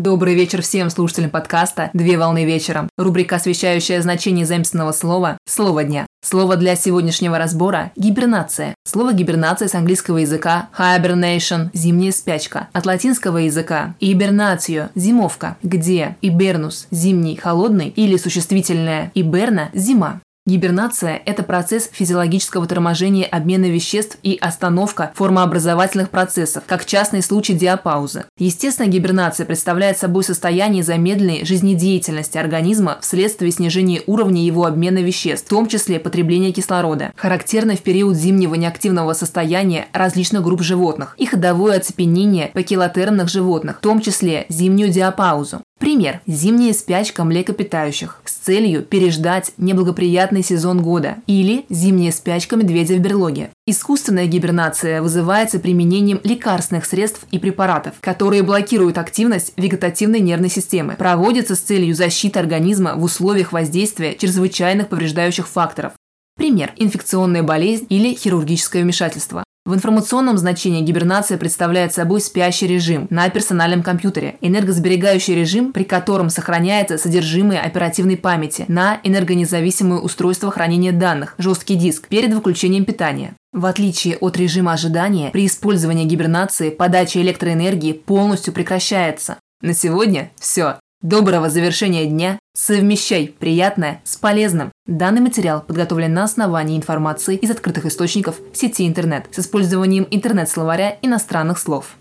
Добрый вечер всем слушателям подкаста «Две волны вечером». Рубрика, освещающая значение заместного слова «Слово дня». Слово для сегодняшнего разбора – гибернация. Слово гибернация с английского языка hibernation – зимняя спячка. От латинского языка hibernatio – зимовка, где hibernus – зимний, холодный или существительное hiberna – зима. Гибернация – это процесс физиологического торможения обмена веществ и остановка формообразовательных процессов, как частный случай диапаузы. Естественная гибернация представляет собой состояние замедленной жизнедеятельности организма вследствие снижения уровня его обмена веществ, в том числе потребления кислорода. Характерно в период зимнего неактивного состояния различных групп животных и ходовое оцепенение бакилотермных животных, в том числе зимнюю диапаузу. Пример. Зимняя спячка млекопитающих с целью переждать неблагоприятный сезон года. Или зимняя спячка медведя в берлоге. Искусственная гибернация вызывается применением лекарственных средств и препаратов, которые блокируют активность вегетативной нервной системы. Проводится с целью защиты организма в условиях воздействия чрезвычайных повреждающих факторов. Пример. Инфекционная болезнь или хирургическое вмешательство. В информационном значении гибернация представляет собой спящий режим на персональном компьютере, энергосберегающий режим, при котором сохраняется содержимое оперативной памяти на энергонезависимое устройство хранения данных, жесткий диск, перед выключением питания. В отличие от режима ожидания, при использовании гибернации подача электроэнергии полностью прекращается. На сегодня все. Доброго завершения дня. Совмещай приятное с полезным. Данный материал подготовлен на основании информации из открытых источников сети интернет с использованием интернет-словаря иностранных слов.